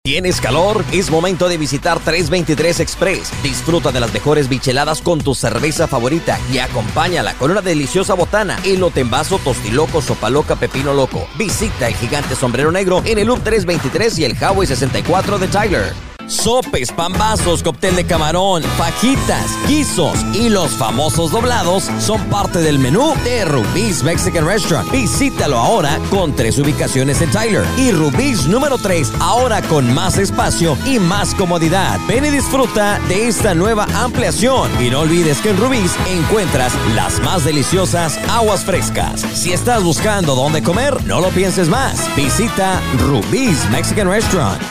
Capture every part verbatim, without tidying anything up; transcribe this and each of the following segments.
¿Tienes calor? Es momento de visitar trescientos veintitrés Express. Disfruta de las mejores micheladas con tu cerveza favorita y acompáñala con una deliciosa botana, elote en vaso, tostiloco, sopa loca, pepino loco. Visita el gigante sombrero negro en el Loop trescientos veintitrés y el Highway sesenta y cuatro de Tyler. Sopes, pambazos, cóctel de camarón, fajitas, guisos y los famosos doblados son parte del menú de Rubí's Mexican Restaurant. Visítalo ahora con tres ubicaciones en Tyler y Rubí's número tres, ahora con más espacio y más comodidad. Ven y disfruta de esta nueva ampliación. Y no olvides que en Rubí's encuentras las más deliciosas aguas frescas. Si estás buscando dónde comer, no lo pienses más. Visita Rubí's Mexican Restaurant.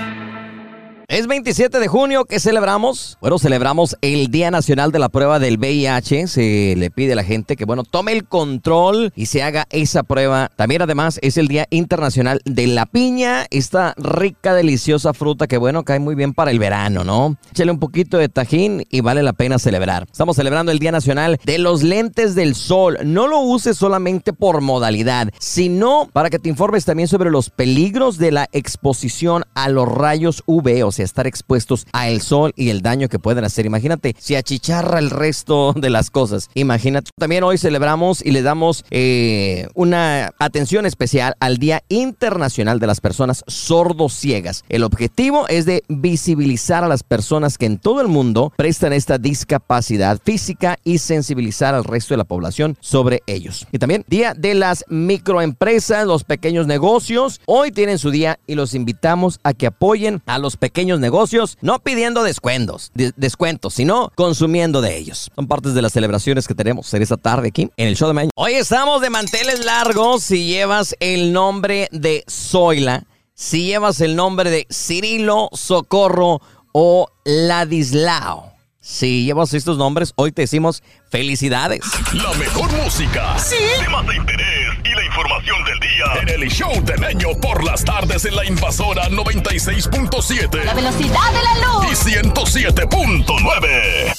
Es veintisiete de junio, ¿qué celebramos? Bueno, celebramos el Día Nacional de la Prueba del V I H. Se le pide a la gente que, bueno, tome el control y se haga esa prueba. También, además, es el Día Internacional de la Piña, esta rica, deliciosa fruta que, bueno, cae muy bien para el verano, ¿no? Échale un poquito de tajín y vale la pena celebrar. Estamos celebrando el Día Nacional de los Lentes del Sol. No lo uses solamente por modalidad, sino para que te informes también sobre los peligros de la exposición a los rayos U V, o sea, estar expuestos al sol y el daño que pueden hacer. Imagínate, si achicharra el resto de las cosas. Imagínate. También hoy celebramos y le damos eh, una atención especial al Día Internacional de las Personas Sordociegas. El objetivo es de visibilizar a las personas que en todo el mundo prestan esta discapacidad física y sensibilizar al resto de la población sobre ellos. Y también Día de las Microempresas, los pequeños negocios. Hoy tienen su día y los invitamos a que apoyen a los pequeños negocios, no pidiendo descuentos, de- descuentos, sino consumiendo de ellos. Son partes de las celebraciones que tenemos en esta tarde aquí en el show de mañana. Hoy estamos de manteles largos. Si llevas el nombre de Zoila, si llevas el nombre de Cirilo, Socorro o Ladislao, si llevas estos nombres, hoy te decimos felicidades. La mejor música, ¿Sí? temas de interés y la información del día en el show de Meño por las tardes en la Invasora noventa y seis punto siete La velocidad de la luz. y ciento siete punto nueve.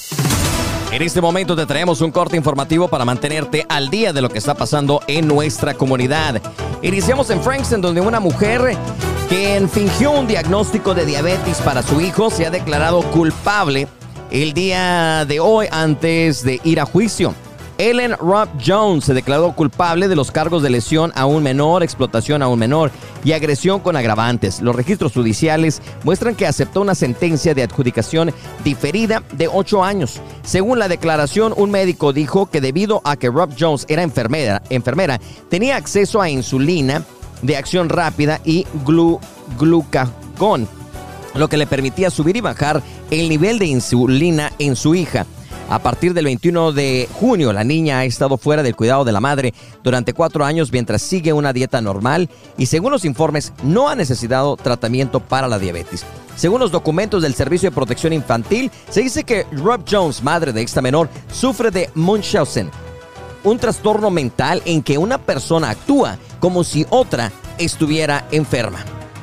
En este momento te traemos un corte informativo para mantenerte al día de lo que está pasando en nuestra comunidad. Iniciamos en Frankston, donde una mujer que fingió un diagnóstico de diabetes para su hijo se ha declarado culpable el día de hoy antes de ir a juicio. Ellen Robb Jones se declaró culpable de los cargos de lesión a un menor, explotación a un menor y agresión con agravantes. Los registros judiciales muestran que aceptó una sentencia de adjudicación diferida de ocho años. Según la declaración, un médico dijo que debido a que Robb Jones era enfermera, enfermera tenía acceso a insulina de acción rápida y glu, glucagón, lo que le permitía subir y bajar el nivel de insulina en su hija. A partir del veintiuno de junio, la niña ha estado fuera del cuidado de la madre durante cuatro años mientras sigue una dieta normal y, según los informes, no ha necesitado tratamiento para la diabetes. Según los documentos del Servicio de Protección Infantil, se dice que Robb Jones, madre de esta menor, sufre de Munchausen, un trastorno mental en que una persona actúa como si otra estuviera enferma.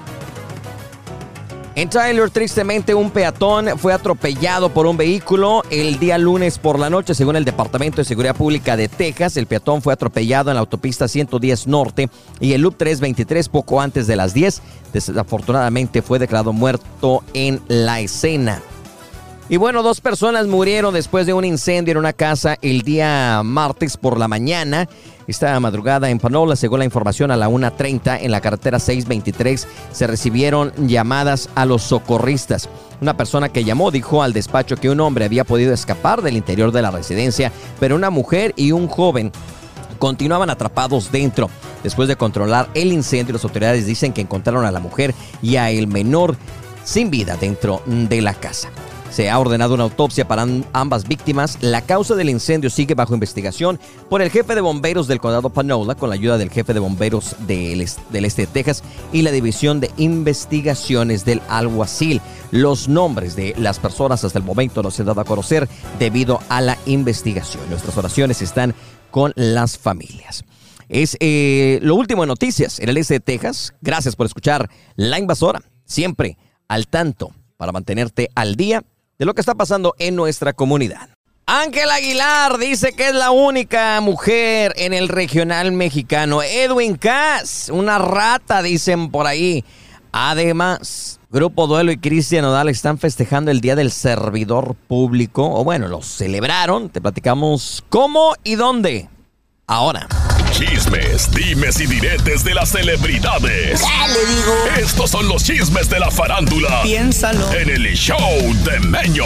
En Tyler, tristemente, un peatón fue atropellado por un vehículo el día lunes por la noche. Según el Departamento de Seguridad Pública de Texas, el peatón fue atropellado en la autopista ciento diez Norte y el Loop trescientos veintitrés poco antes de las diez. Desafortunadamente, fue declarado muerto en la escena. Y bueno, dos personas murieron después de un incendio en una casa el día martes por la mañana. Esta madrugada en Panola, según la información, a la una treinta en la carretera seiscientos veintitrés se recibieron llamadas a los socorristas. Una persona que llamó dijo al despacho que un hombre había podido escapar del interior de la residencia, pero una mujer y un joven continuaban atrapados dentro. Después de controlar el incendio, las autoridades dicen que encontraron a la mujer y a el menor sin vida dentro de la casa. Se ha ordenado una autopsia para ambas víctimas. La causa del incendio sigue bajo investigación por el jefe de bomberos del condado Panola, con la ayuda del jefe de bomberos del, est del este de Texas y la división de investigaciones del alguacil. Los nombres de las personas hasta el momento no se han dado a conocer debido a la investigación. Nuestras oraciones están con las familias. Es eh, lo último en noticias en el este de Texas. Gracias por escuchar La Invasora, siempre al tanto para mantenerte al día de lo que está pasando en nuestra comunidad. Ángela Aguilar dice que es la única mujer en el regional mexicano. Edwin Cass, una rata, dicen por ahí. Además, Grupo Duelo y Cristian Nodal están festejando el Día del Servidor Público, o bueno, lo celebraron. Te platicamos cómo y dónde. Ahora. Chismes, dimes y diretes de las celebridades. Ya le digo. Estos son los chismes de la farándula. Piénsalo. En el show de Meño.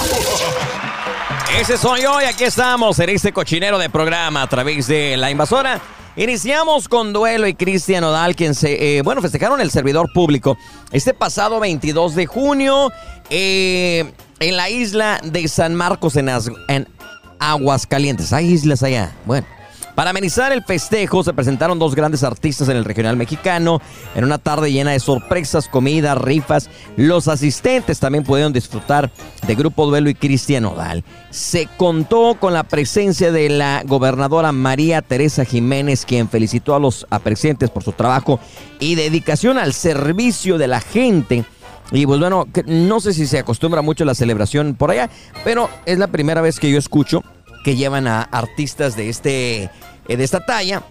Ese soy yo y aquí estamos en este cochinero de programa a través de La Invasora. Iniciamos con Duelo y Cristian Nodal, quien se, eh, bueno, festejaron el servidor público este pasado veintidós de junio eh, en la isla de San Marcos, en, As- en Aguascalientes. Hay islas allá. Bueno. Para amenizar el festejo se presentaron dos grandes artistas en el regional mexicano en una tarde llena de sorpresas, comida, rifas. Los asistentes también pudieron disfrutar de Grupo Duelo y Cristian Nodal. Se contó con la presencia de la gobernadora María Teresa Jiménez, quien felicitó a los presentes por su trabajo y dedicación al servicio de la gente. Y pues bueno, no sé si se acostumbra mucho la celebración por allá, pero es la primera vez que yo escucho que llevan a artistas de este de esta talla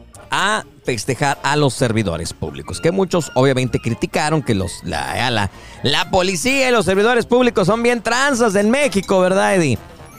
a festejar a los servidores públicos, que muchos obviamente criticaron que los la, la, la policía y los servidores públicos son bien tranzas en México, ¿verdad, Eddie?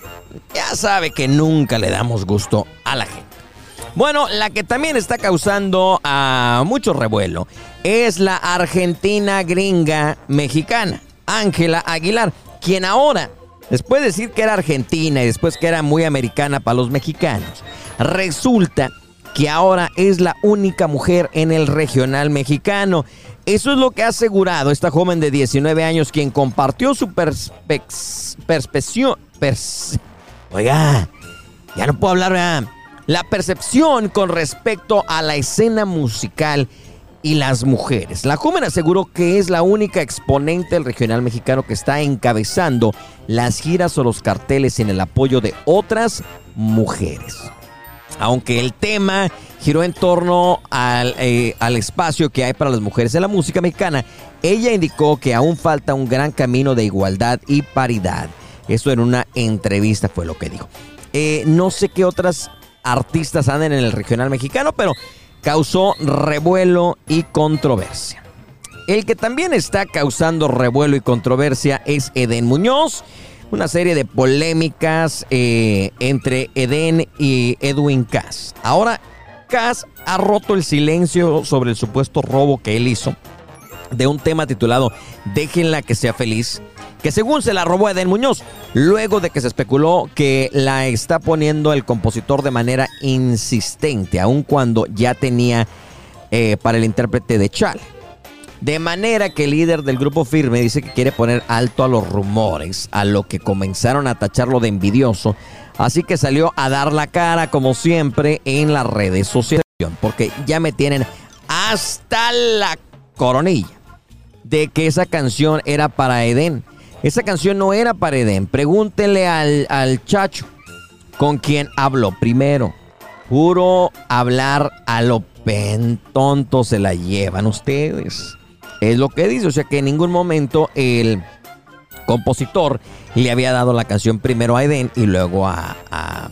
Ya sabe que nunca le damos gusto a la gente. Bueno, la que también está causando uh, mucho revuelo es la argentina gringa mexicana, Ángela Aguilar, quien ahora, después de decir que era argentina y después que era muy americana para los mexicanos, resulta que ahora es la única mujer en el regional mexicano. Eso es lo que ha asegurado esta joven de diecinueve años, quien compartió su perspex, perspección... Pers, oiga, ya no puedo hablar, ¿verdad? La percepción con respecto a la escena musical y las mujeres. La joven aseguró que es la única exponente del regional mexicano que está encabezando las giras o los carteles sin el apoyo de otras mujeres. Aunque el tema giró en torno al, eh, al espacio que hay para las mujeres en la música mexicana, ella indicó que aún falta un gran camino de igualdad y paridad. Esto en una entrevista fue lo que dijo. Eh, no sé qué otras artistas andan en el regional mexicano, pero causó revuelo y controversia. El que también está causando revuelo y controversia es Edén Muñoz. Una serie de polémicas eh, entre Edén y Edwin Cass. Ahora, Cass ha roto el silencio sobre el supuesto robo que él hizo de un tema titulado Déjenla que sea feliz, que según se la robó Edén Muñoz, luego de que se especuló que la está poniendo el compositor de manera insistente, aun cuando ya tenía eh, para el intérprete de Chale. De manera que el líder del grupo Firme dice que quiere poner alto a los rumores, a lo que comenzaron a tacharlo de envidioso, así que salió a dar la cara como siempre en las redes sociales, porque ya me tienen hasta la coronilla de que esa canción era para Edén. Esa canción no era para Edén. Pregúntenle al, al Chacho con quien habló primero. Puro hablar a lo pen tonto se la llevan ustedes. Es lo que dice, o sea que en ningún momento el compositor le había dado la canción primero a Edén y luego a, a,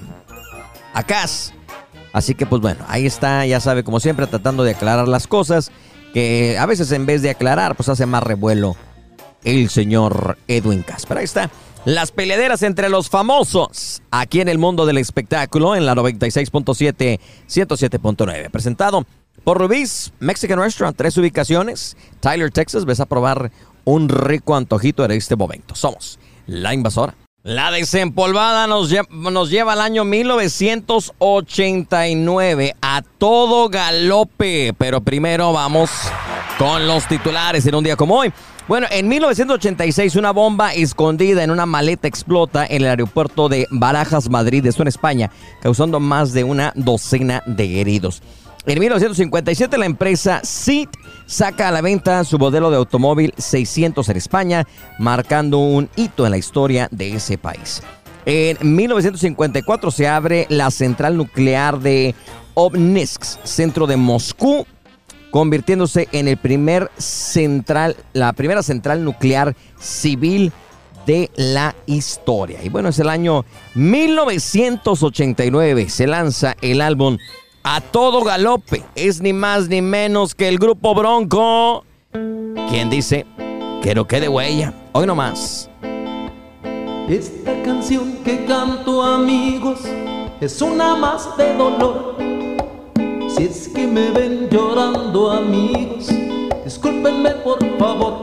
a Cass. Así que pues bueno, ahí está, ya sabe, como siempre, tratando de aclarar las cosas, que a veces en vez de aclarar, pues hace más revuelo el señor Edwin Cass. Pero ahí está, las peleaderas entre los famosos aquí en el mundo del espectáculo en la noventa y seis punto siete, ciento siete punto nueve. Presentado por Rubí's Mexican Restaurant, tres ubicaciones. Tyler, Texas, ves a probar un rico antojito en este momento. Somos La Invasora. La desempolvada nos lleva, nos lleva al año mil novecientos ochenta y nueve a todo galope. Pero primero vamos con los titulares en un día como hoy. Bueno, en mil novecientos ochenta y seis una bomba escondida en una maleta explota en el aeropuerto de Barajas, Madrid, esto en España, causando más de una docena de heridos. En mil novecientos cincuenta y siete la empresa Seat saca a la venta su modelo de automóvil seiscientos en España, marcando un hito en la historia de ese país. En mil novecientos cincuenta y cuatro se abre la central nuclear de Obninsk, centro de Moscú, convirtiéndose en el primer central, la primera central nuclear civil de la historia. Y bueno, es el año mil novecientos ochenta y nueve, se lanza el álbum A Todo Galope. Es ni más ni menos que el grupo Bronco quien dice que no quede huella. Hoy nomás. Esta canción que canto, amigos, es una más de dolor. Si es que me ven llorando, amigos, discúlpenme por favor.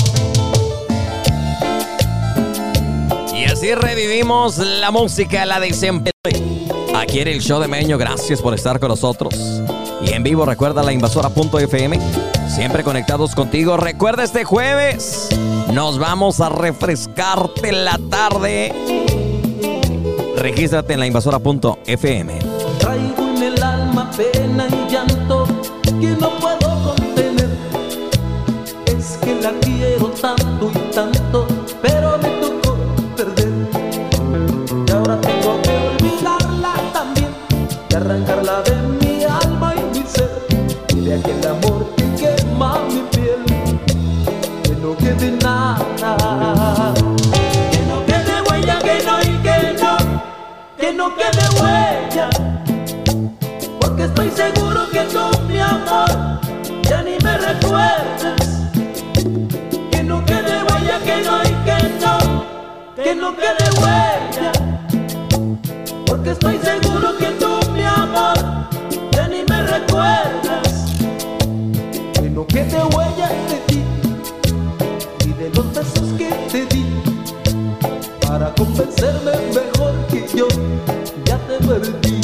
Y así revivimos la música, la de siempre. Aquí en el show de Meño, gracias por estar con nosotros. Y en vivo, recuerda la invasora punto efe eme. Siempre conectados contigo. Recuerda, este jueves nos vamos a refrescarte la tarde. Regístrate en la invasora punto efe eme. Traigo en el alma pena y llanto que no puedo contener. Es que la quiero tanto y tanto, pero me tocó perder. Y ahora tengo que olvidarla también y arrancarla de mi alma y mi ser. Y de aquel amor que quema mi piel, que no quede nada. Que no quede huella, que no y que no, que no quede huella. Porque estoy seguro que tú, mi amor, ya ni me recuerdas. Que no quede huella, que no y que no, que no quede huella. Porque estoy seguro que tú, mi amor, ya ni me recuerdas. Que no quede huella de ti, ni de los besos que te di, para convencerme mejor que yo ya te perdí.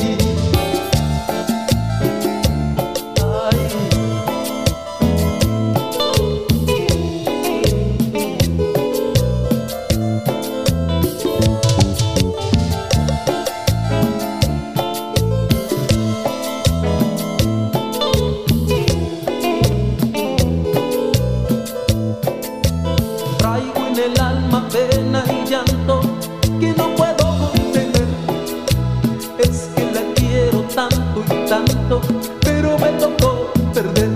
Pena y llanto que no puedo contener. Es que la quiero tanto y tanto, pero me tocó perder.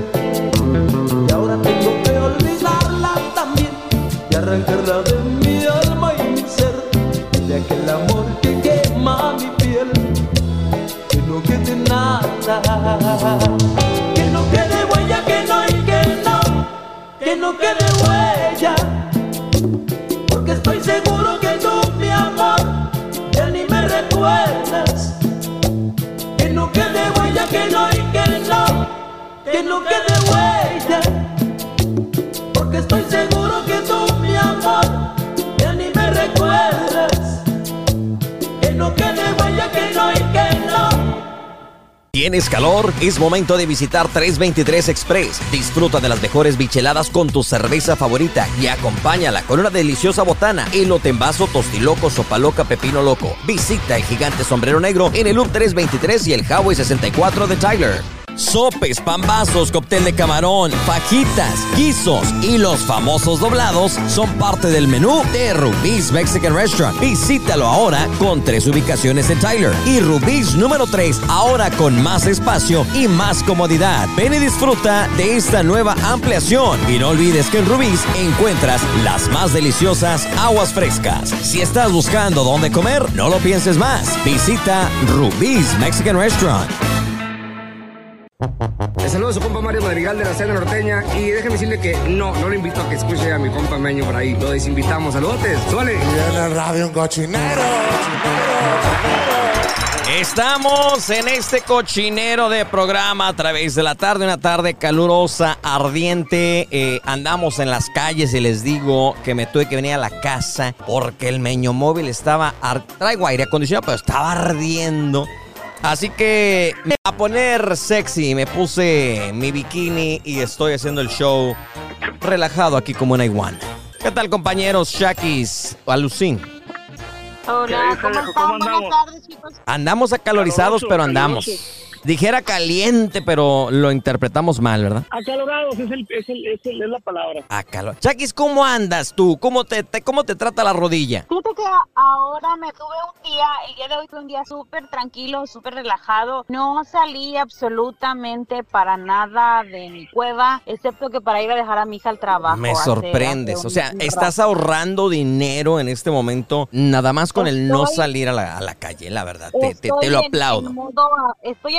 Y ahora tengo que olvidarla también y arrancarla de mi alma y mi ser. De aquel amor que quema mi piel, que no quede nada. Que no quede huella, que no y que no, que no quede huella. Porque estoy seguro que tú, mi amor, ya ni me recuerdas. Que no quede huella, que no y que no, que no quede huella. Porque estoy seguro que tú, mi amor, ya ni me recuerdas. Que no quede huella, que no y que no. ¿Tienes calor? Es momento de visitar trescientos veintitrés Express. Disfruta de las mejores micheladas con tu cerveza favorita y acompáñala con una deliciosa botana, elote en vaso, tostiloco, sopa loca, pepino loco. Visita el gigante sombrero negro en el Loop trescientos veintitrés y el Highway sesenta y cuatro de Tyler. Sopes, pambazos, cóctel de camarón, fajitas, guisos y los famosos doblados son parte del menú de Rubí's Mexican Restaurant. Visítalo ahora con tres ubicaciones en Tyler y Rubí's número tres, ahora con más espacio y más comodidad. Ven y disfruta de esta nueva ampliación. Y no olvides que en Rubí's encuentras las más deliciosas aguas frescas. Si estás buscando dónde comer, no lo pienses más. Visita Rubí's Mexican Restaurant. Les saludo a su compa Mario Madrigal de la Cena Norteña y déjeme decirle que no, no le invito a que escuche a mi compa Meño por ahí. Lo desinvitamos. Saludotes. ¡Suele! Y en el radio un cochinero. Estamos en este cochinero de programa a través de la tarde, una tarde calurosa, ardiente. Eh, andamos en las calles y les digo que me tuve que venir a la casa porque el Meño Móvil estaba... Ar- traigo aire acondicionado, pero estaba ardiendo. Así que me a poner sexy, me puse mi bikini y estoy haciendo el show relajado aquí como una iguana. ¿Qué tal, compañeros? Shakis, Alucín. Hola, ¿cómo están? Buenas tardes, chicos. Andamos acalorizados, pero andamos. Dijera caliente, pero lo interpretamos mal, ¿verdad? Acalorados es, el, es, el, es, el, es la palabra. Acalor. Shakis, ¿cómo andas tú? ¿Cómo te, te, ¿Cómo te trata la rodilla? Fíjate que ahora me tuve un día, el día de hoy fue un día súper tranquilo, súper relajado. No salí absolutamente para nada de mi cueva, excepto que para ir a dejar a mi hija al trabajo. Me sorprendes. Hace, hace o sea, estás ahorrando dinero en este momento, nada más con estoy, el no salir a la, a la calle, la verdad. Te, te, te lo aplaudo. En modo, estoy en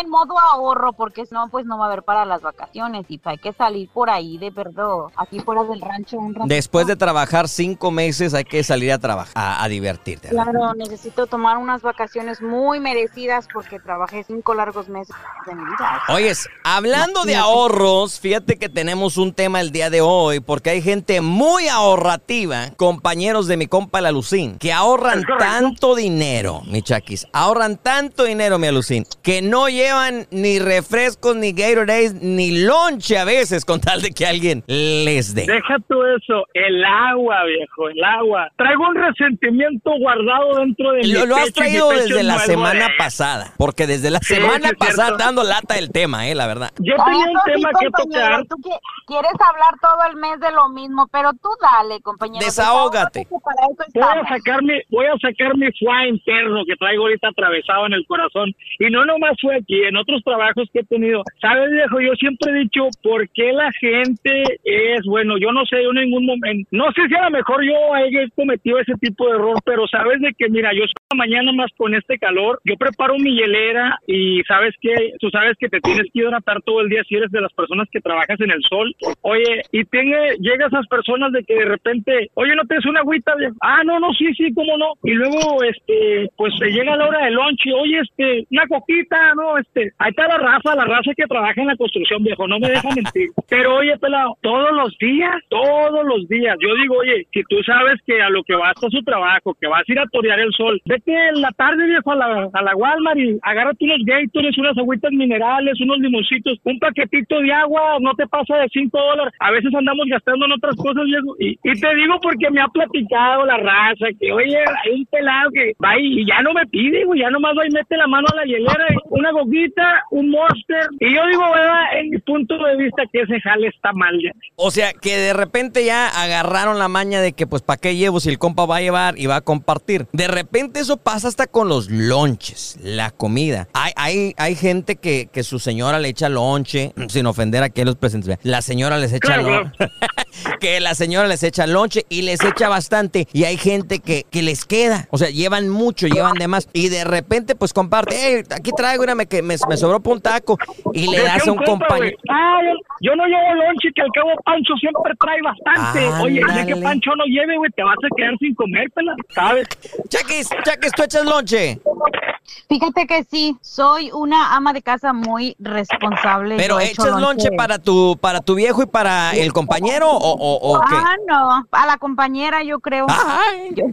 en modo ahorro, porque si no, pues no va a haber para las vacaciones y hay que salir por ahí de verdad, aquí fuera del rancho un rato. Después de trabajar cinco meses hay que salir a trabajar, a, a divertirte. Claro, necesito tomar unas vacaciones muy merecidas porque trabajé cinco largos meses de mi vida. Oyes, hablando de ahorros, fíjate que tenemos un tema el día de hoy porque hay gente muy ahorrativa, compañeros de mi compa la Lucín, que ahorran tanto dinero, mi Chaquis, ahorran tanto dinero, mi Lucín, que no llevan ni refrescos, ni Gatorade, ni lonche a veces con tal de que alguien les dé. Deja tú eso, el agua, viejo, el agua. Traigo un resentimiento guardado dentro de mi Lo, lo has pecho, traído mi pecho desde la no es semana bueno. pasada, porque desde la Sí, semana sí, es pasada cierto. está dando lata el tema, eh, la verdad. Yo tenía un Eso sí, tema que compañero, tocar. Tú qui- quieres hablar todo el mes de lo mismo, pero tú dale, compañero. Desahógate. que Para eso Voy a estamos. sacar mi, voy a sacar mi fuá interno que traigo ahorita atravesado en el corazón. Y no nomás fue aquí, en otros trabajos que he tenido. ¿Sabes, viejo? Yo siempre he dicho, ¿por qué la gente es, bueno, yo no sé, yo en ningún momento, no sé si a lo mejor yo haya cometido ese tipo de error, pero sabes de que, mira, yo mañana más con este calor, yo preparo mi hielera y sabes que, tú sabes que te tienes que hidratar todo el día si eres de las personas que trabajas en el sol. Oye, y tiene, llega esas personas de que de repente, oye, ¿no te es una agüita? Ah, no, no, sí, sí, cómo no. Y luego, este, pues se llega la hora del lunch y, oye, este, una coquita, no, este, ahí está la raza, la raza que trabaja en la construcción, viejo, no me deja mentir. Pero oye, pelado, todos los días, todos los días, yo digo, oye, si tú sabes que a lo que vas a su trabajo, que vas a ir a torear el sol, vete en la tarde, viejo, a la, a la Walmart y agárrate unos Gatorades, unas agüitas minerales, unos limoncitos, un paquetito de agua, no te pasa de cinco dólares. A veces andamos gastando en otras cosas, viejo. Y, y te digo porque me ha platicado la raza que, oye, hay un pelado que va y, y ya no me pide, güey, ya nomás va y mete la mano a la hielera, y una goguita, un Monster. Y yo digo, ¿verdad? En mi punto de vista que ese jale está mal ya. O sea, que de repente ya agarraron la maña de que, pues, ¿para qué llevo si el compa va a llevar y va a compartir? De repente eso pasa hasta con los lonches, la comida. Hay, hay, hay gente que, que su señora le echa lonche, sin ofender a que los presentes. La señora les echa Claro, lonche. Que la señora les echa lonche y les echa bastante. Y hay gente que, que les queda. O sea, llevan mucho, llevan de más. Y de repente, pues, comparte. Hey, aquí traigo, mírame, que me, me sobró por un taco. Y le Decía das a un compa, compañero. güey, ah, yo, yo no llevo lonche, que al cabo Pancho siempre trae bastante. Oye, ya que Ándale. Pancho no lleve, güey, te vas a quedar sin comer, pela, ¿sabes? Chaquis, Chaquis, ¿tú echas lonche? Fíjate que sí, soy una ama de casa muy responsable. Pero Yo echo echas lonche para tu, para tu viejo y para el compañero, o, o, o qué? Ah, no, a la compañera yo creo. Ay. Yo-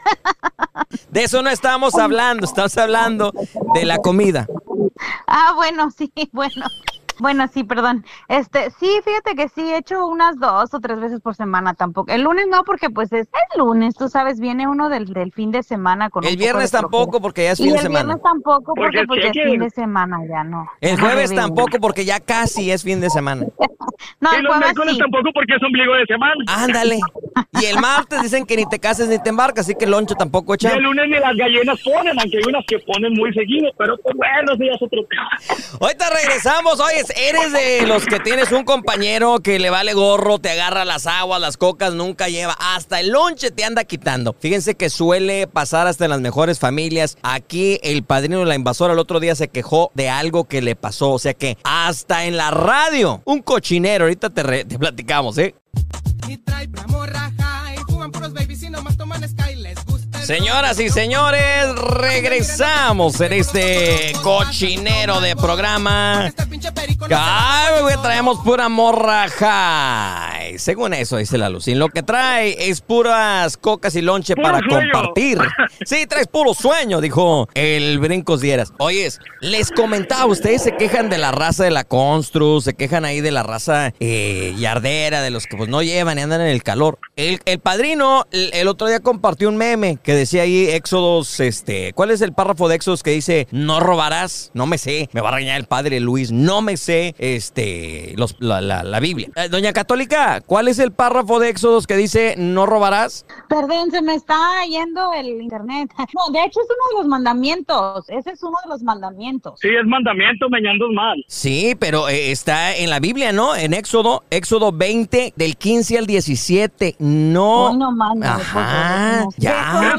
De eso no estamos hablando, estamos hablando de la comida. Ah, bueno, sí, bueno. Bueno, sí, perdón. Este, sí, fíjate que sí, he hecho unas dos o tres veces por semana tampoco. El lunes no, porque pues es el lunes, tú sabes, viene uno del, del fin de semana con El un poco viernes de tampoco, flojera. porque ya es Y fin de el semana. viernes tampoco, porque Porque pues ya es cheque. fin de semana, ya no. El Ya no jueves debe tampoco, uno. porque ya casi es fin de semana. No, Y el los jueves miércoles sí. tampoco porque es ombligo de semana. Ándale. Y el martes dicen que ni te cases ni te embarcas, así que lonche tampoco Y echa. el lunes ni las gallinas ponen, aunque hay unas que ponen muy seguido, pero pues bueno, eso ya es otro tema. Ahorita regresamos. Oye, eres de los que tienes un compañero que le vale gorro, te agarra las aguas, las cocas, nunca lleva. Hasta el lonche te anda quitando. Fíjense que suele pasar hasta en las mejores familias. Aquí el padrino de la invasora el otro día se quejó de algo que le pasó. O sea que hasta en la radio, un cochinero. Ahorita te, re- te platicamos, ¿eh? Y trae pra morraja y fuman puros babies y nomás toman Sky, les gusta el Señoras y señores, regresamos en este cochinero de programa. este pinche perico no Ay, güey, traemos pura morra high. Según eso dice la Lucín, lo que trae es puras cocas y lonche Puro para sueño. compartir. Sí, traes puro sueño, dijo el Brincos Dieras. Oyes, les comentaba, ustedes se quejan de la raza de la Constru, se quejan ahí de la raza eh, yardera, de los que pues no llevan y andan en el calor. El, el padrino el, el otro día compartió un meme que decía ahí Éxodos, este, ¿cuál es el párrafo de Éxodos que dice no robarás? No me sé, me va a regañar el padre Luis, no me sé, este, los, la, la, la Biblia. Eh, Doña Católica, ¿cuál es el párrafo de Éxodos que dice no robarás? Perdón, se me está yendo el internet. No, de hecho es uno de los mandamientos. Ese es uno de los mandamientos. Sí, es mandamiento, meñando mal. Sí, pero eh, está en la Biblia, ¿no? En Éxodo, Éxodo veinte, del quince al diecisiete. No. Hoy no más, no, Ajá, por favor, no. ya. Déjale, Eso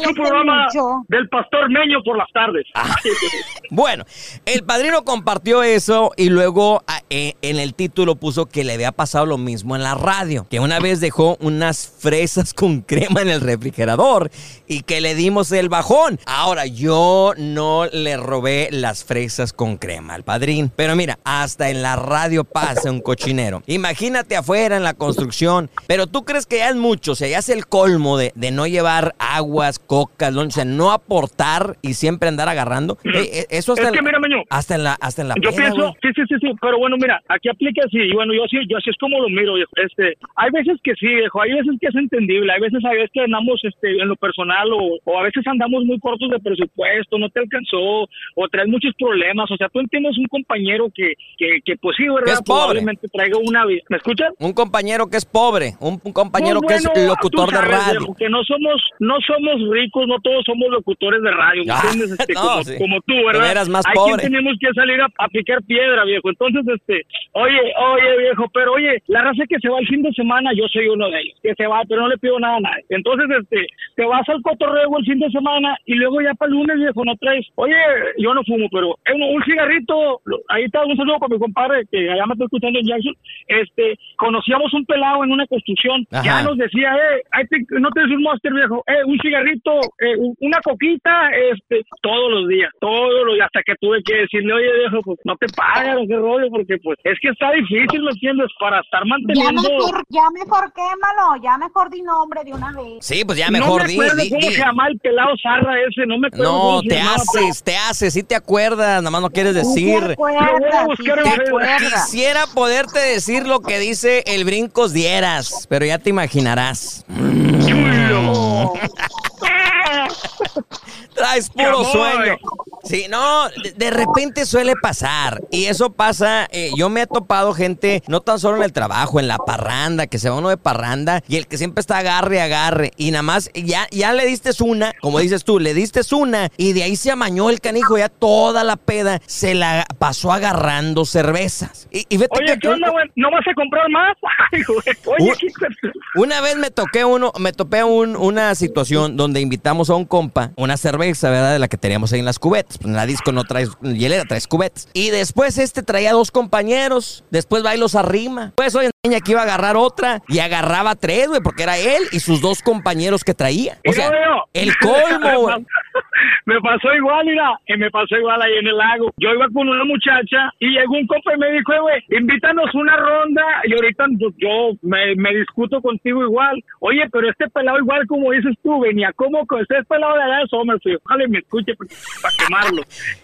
su programa mucho. del Pastor Meño por las tardes. Ah. Bueno, el padrino compartió eso y luego a, eh, en el título puso que le había pasado lo mismo en la radio, que una vez dejó unas fresas con crema en el refrigerador y que le dimos el bajón. Ahora, yo no le robé las fresas con crema al padrín, pero mira, hasta en la radio pasa un cochinero. Imagínate afuera en la construcción, pero tú crees que ya es mucho, o sea, ya es el colmo de, de no llevar aguas, cocas, o sea, no aportar y siempre andar agarrando. Eh, eso hasta es que en, mira, Meño, hasta en la hasta en la yo peda, pienso, güey. sí, sí, sí, sí, pero bueno, mira, aquí aplica así, y bueno, yo así, yo así es como lo miro, viejo. Este, hay veces que sí, viejo, hay veces que es entendible, hay veces, hay veces que andamos, este, en lo personal, o, o a veces andamos muy cortos de presupuesto, no te alcanzó, o traes muchos problemas, o sea, tú entiendes un compañero que, que, que pues sí, ¿verdad? Es pobre. Probablemente traiga una vida, ¿me escuchas? Un compañero que es pobre, un, un compañero Pues que bueno, es locutor tú sabes, de radio. viejo, que no somos, no somos ricos, no todos somos locutores de radio, ¿me Ah, entiendes? Este, no, como, sí. como tú, ¿verdad? Pero eras más Hay pobre. quien tenemos que salir a, a picar piedra, viejo. Entonces, este, oye, oye, viejo, pero oye, la raza que se va el fin de semana, yo soy uno de ellos, que se va, pero no le pido nada a nadie. Entonces, este, te vas al cotorreo el fin de semana y luego ya para el lunes, viejo, no traes, oye, yo no fumo, pero eh, un, un cigarrito, ahí está, un saludo para mi compadre que allá me está escuchando en Jackson. Este, conocíamos un pelado en una construcción, Ajá. ya nos decía, eh, ahí te- no te des un Monster, viejo, eh, un cigarrito, eh, un- una coquita, este, todos los días, todos los días, hasta que tuve que decirle, oye, viejo, pues no te pagan, qué rollo, porque pues es que está difícil, ¿me entiendes? Para estar Ya manteniendo... mejor, ya mejor quémalo, ya mejor di nombre de una vez. Sí, pues ya no mejor me di, acuerdo di, cómo di. se llama el pelado Zarra ese, no me acuerdo No, cómo se te llamaba, haces, te haces, sí te acuerdas, nada más no quieres Sí decir. se Lo voy a acuerda, sí buscar se en Facebook. acuerda. Quisiera poderte decir lo que dice el Brincos Dieras, pero ya te imaginarás. Chulo. Traes puro Chamoy. sueño. Sí, no, de, de repente suele pasar. Y eso pasa, eh, yo me he topado gente, no tan solo en el trabajo, en la parranda, que se va uno de parranda, y el que siempre está agarre, agarre, y nada más, ya, ya le diste una, como dices tú, le diste una, y de ahí se amañó el canijo, ya toda la peda se la pasó agarrando cervezas. Y, y vete Oye, que- ¿qué onda, güey? ¿No vas a comprar más? Ay, güey. Oye, Un- ¿qué cosa? Una vez me toqué uno, me topé un, una situación donde invitamos a un compa, una cerveza, ¿verdad? De la que teníamos ahí en las cubetas. Pues en la disco no traes hielera, traes cubetas. Y después este traía dos compañeros, después va y los arrima. Pues hoy enseña que iba a agarrar otra y agarraba tres, güey, porque era él y sus dos compañeros que traía. O sea, Mira, veo. el colmo, güey. Me pasó igual, mira, y me pasó igual ahí en el lago. Yo iba con una muchacha y llegó un compa y me dijo, "Eh, güey, invítanos una ronda." Y ahorita pues, yo me, me discuto contigo igual. Oye, pero este pelado igual como dices tú, venía como con este pelado de allá de Somerfield. Ojalá y me escuche porque- para quemarlo.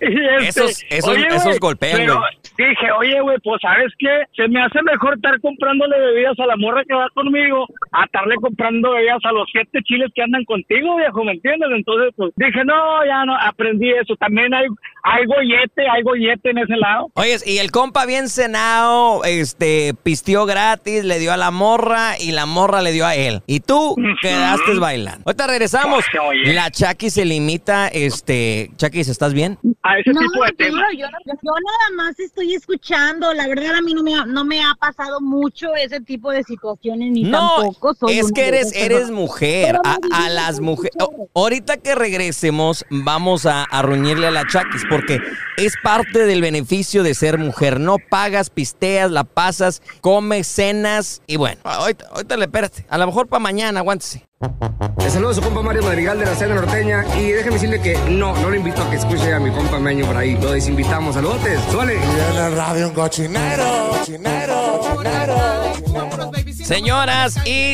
Y este, Esos- esos- oye, esos güey, golpean, pero güey. Dije, oye, güey, pues ¿sabes qué? Se me hace mejor estar comprándole bebidas a la morra que va conmigo a estarle comprando bebidas a los siete chiles que andan contigo, viejo, ¿me entiendes? Entonces, pues dije, no, ya no, aprendí eso. También hay, hay gollete, hay gollete en ese lado. Oye, y el compa bien cenado, este, pisteó gratis, le dio a la morra y la morra le dio a él. Y tú quedaste bailando. Ahorita regresamos. Oye. La Chaki se limita, este, Chaki, ¿estás bien? A ese No, tipo de yo, temas. yo, no- yo nada más estoy escuchando. La verdad a mí no me ha, no me ha pasado mucho ese tipo de situaciones ni No, tampoco soy es una que de eres, esas eres personas. mujer. Pero A, no a digas las que mujeres. mujeres. Ahorita que regresemos, vamos a, a ruñirle a la Chakis, porque es parte del beneficio de ser mujer. No pagas, pisteas, la pasas, comes, cenas y bueno, ahorita, ahorita le espérate. A lo mejor para mañana, aguántese. Le saludo a su compa Mario Madrigal de la Cena Norteña y déjeme decirle que no, no le invito a que escuche a mi compa Meño por ahí. Lo desinvitamos. Saludotes. ¡Suele! Y en el radio un cochinero, cochinero, cochinero. Señoras y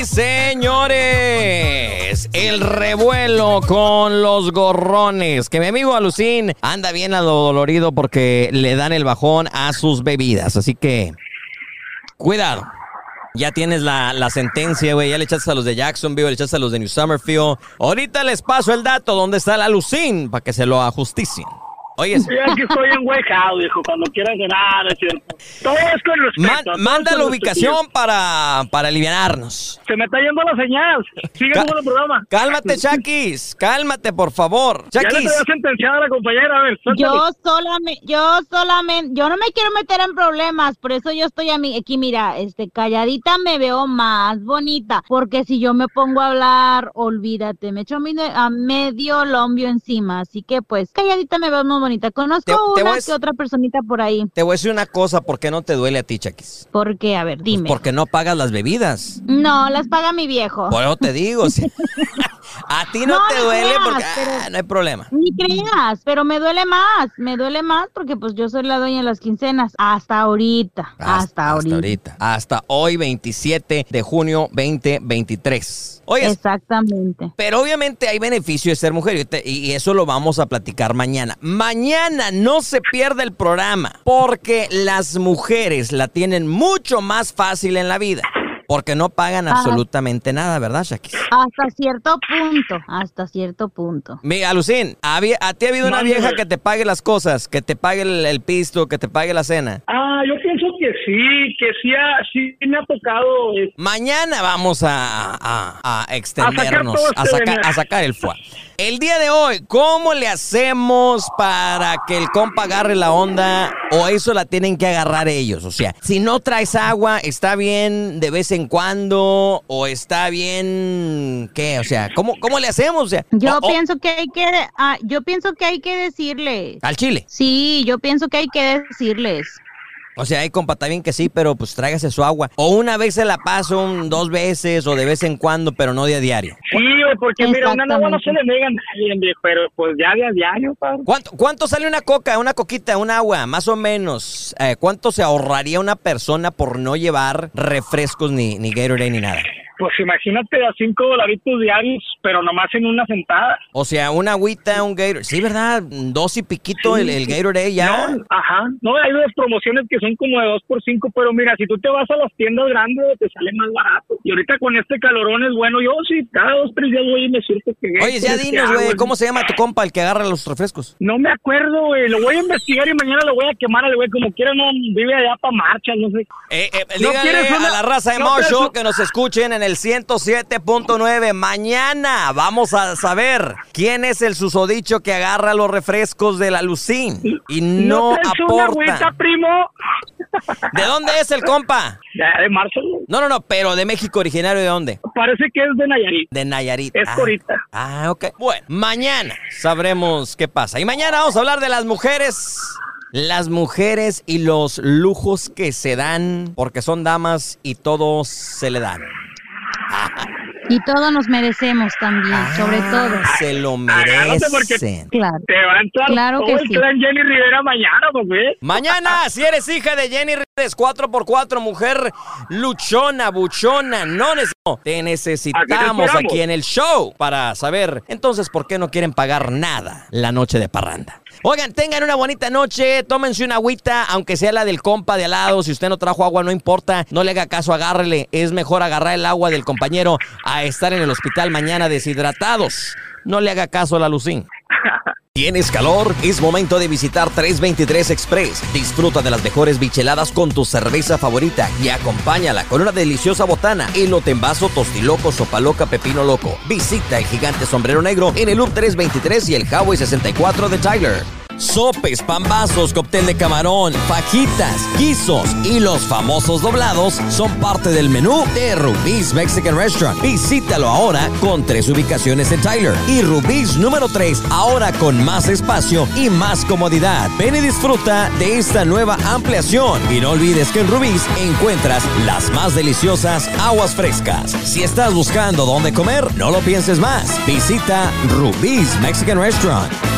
señores, el revuelo con los gorrones. Que mi amigo Alucín anda bien adolorido porque le dan el bajón a sus bebidas. Así que, cuidado. Ya tienes la, la sentencia, güey. Ya le echaste a los de Jacksonville, le echaste a los de New Summerfield. Ahorita les paso el dato donde está el Alucín para que se lo ajusticien. Oye, sí, aquí estoy enhuecado, viejo, cuando quieras cenar, es cierto. Todo es con respeto. Man, manda la ubicación para, para alivianarnos. Se me está yendo la señal. Sigue Ca- con el programa. Cálmate, Chakis. Cálmate, por favor. Ya le Chakis. tenía sentenciada a la compañera, a ver, suéltale. Yo solamente, yo solamente, yo no me quiero meter en problemas, por eso yo estoy a mi- aquí, mira, este, calladita me veo más bonita, porque si yo me pongo a hablar, olvídate, me echo a, mi- a medio lombio encima, así que pues, calladita me veo más bonita. Conozco Te- te una voy a- que otra personita por ahí, Te voy a decir una cosa, ¿por qué no te duele a ti, Chakis? porque, a ver, Pues dime. porque no pagas las bebidas. No, las paga mi viejo. Por eso te digo. Si- a ti no, No, te no duele creas, porque pero- ah, no hay problema. Ni creas, pero me duele más, me duele más porque pues yo soy la dueña de las quincenas, hasta ahorita, hasta, ahorita. ahorita. Hasta hoy, veintisiete de junio veinte veintitrés. Oye, Exactamente. pero obviamente hay beneficio de ser mujer y te- y eso lo vamos a platicar mañana. Mañana no se pierda el programa porque las mujeres la tienen mucho más fácil en la vida. Porque no pagan Ah. absolutamente nada, ¿verdad, Shakis? Hasta cierto punto, hasta cierto punto. Mira, Lucín, ¿había- ¿a ti ha habido una Mande. vieja que te pague las cosas? Que te pague el, el pisto, que te pague la cena. Ah, yo pienso que sí, que sí, ha, sí me ha tocado. eh, Mañana vamos a, a- a extendernos, todo a, este sacar, veneno. a sacar el fuá. El día de hoy, ¿cómo le hacemos para que el compa agarre la onda o eso la tienen que agarrar ellos? O sea, si no traes agua, ¿está bien de vez en cuando o está bien qué? O sea, ¿cómo, cómo le hacemos? O sea, Yo o- o- pienso que hay que, ah, yo pienso que hay que decirles. al chile. Sí, yo pienso que hay que decirles. O sea, hay compa, está bien que sí, pero pues tráigase su agua. O una vez se la paso, un- dos veces o de vez en cuando, pero no de a diario. Sí, güey, porque mira, una agua no se Exactamente. le niega a nadie, viejo, pero pues ya de a diario, padre. ¿Cuánto, ¿Cuánto sale una coca, una coquita, un agua? Más o menos. Eh, ¿Cuánto se ahorraría una persona por no llevar refrescos ni, ni Gatorade ni nada? Pues imagínate a cinco dolaritos diarios, pero nomás en una sentada. O sea, una agüita, un Gatorade. Sí, ¿verdad? Dos y piquito Sí, el, el sí. Gatorade ya. No, ajá. No, hay unas promociones que son como de dos por cinco, pero mira, si tú te vas a las tiendas grandes, te sale más barato. Y ahorita con este calorón es bueno. Yo sí, cada dos, tres días voy y me siento que... Oye, ya que dinos, agua, güey, ¿cómo se llama tu compa el que agarra los refrescos? No me acuerdo, güey. Lo voy a investigar y mañana lo voy a quemar al güey. Como quiera, no vive allá para marcha, no sé. Eh, eh, ¿No díganle quieres una- a la raza de no Mao quieres Show un- que nos escuchen en el ciento siete punto nueve. Mañana vamos a saber quién es el susodicho que agarra los refrescos de la Lucín y no, traes una agüita, aporta. primo? ¿De dónde es el compa? Ya, de marzo. No, no, no, pero de México, originario de dónde? Parece que es de Nayarit. De Nayarit. Es Ah, corita. Ah, ok. Bueno, mañana sabremos qué pasa. Y mañana vamos a hablar de las mujeres. Las mujeres y los lujos que se dan porque son damas y todos se le dan. Y todos nos merecemos también, sobre todo. Se lo Agárrate porque- merecen. Claro. Te va a entrar Claro todo que el sí. clan Jenny Rivera mañana, pues, ¿ves? Mañana, si eres hija de Jenny Reyes, cuatro por cuatro, mujer luchona, buchona, no necesitamos. Te necesitamos esperamos. aquí en el show para saber, entonces, ¿por qué no quieren pagar nada la noche de parranda? Oigan, tengan una bonita noche, tómense una agüita, aunque sea la del compa de al lado. Si usted no trajo agua, no importa, no le haga caso, agárrele. Es mejor agarrar el agua del compañero a estar en el hospital mañana deshidratados. No le haga caso a la Lucín. ¿Tienes calor? Es momento de visitar trescientos veintitrés Express. Disfruta de las mejores bicheladas con tu cerveza favorita y acompáñala con una deliciosa botana, elote en vaso, tostiloco, sopa loca, pepino loco. Visita el gigante sombrero negro en el Loop trescientos veintitrés y el Highway sesenta y cuatro de Tyler. Sopes, pambazos, cóctel de camarón, fajitas, guisos y los famosos doblados son parte del menú de Rubí's Mexican Restaurant. Visítalo ahora con tres ubicaciones en Tyler y Rubí's número tres, ahora con más espacio y más comodidad. Ven y disfruta de esta nueva ampliación. Y no olvides que en Rubí's encuentras las más deliciosas aguas frescas. Si estás buscando dónde comer, no lo pienses más. Visita Rubí's Mexican Restaurant.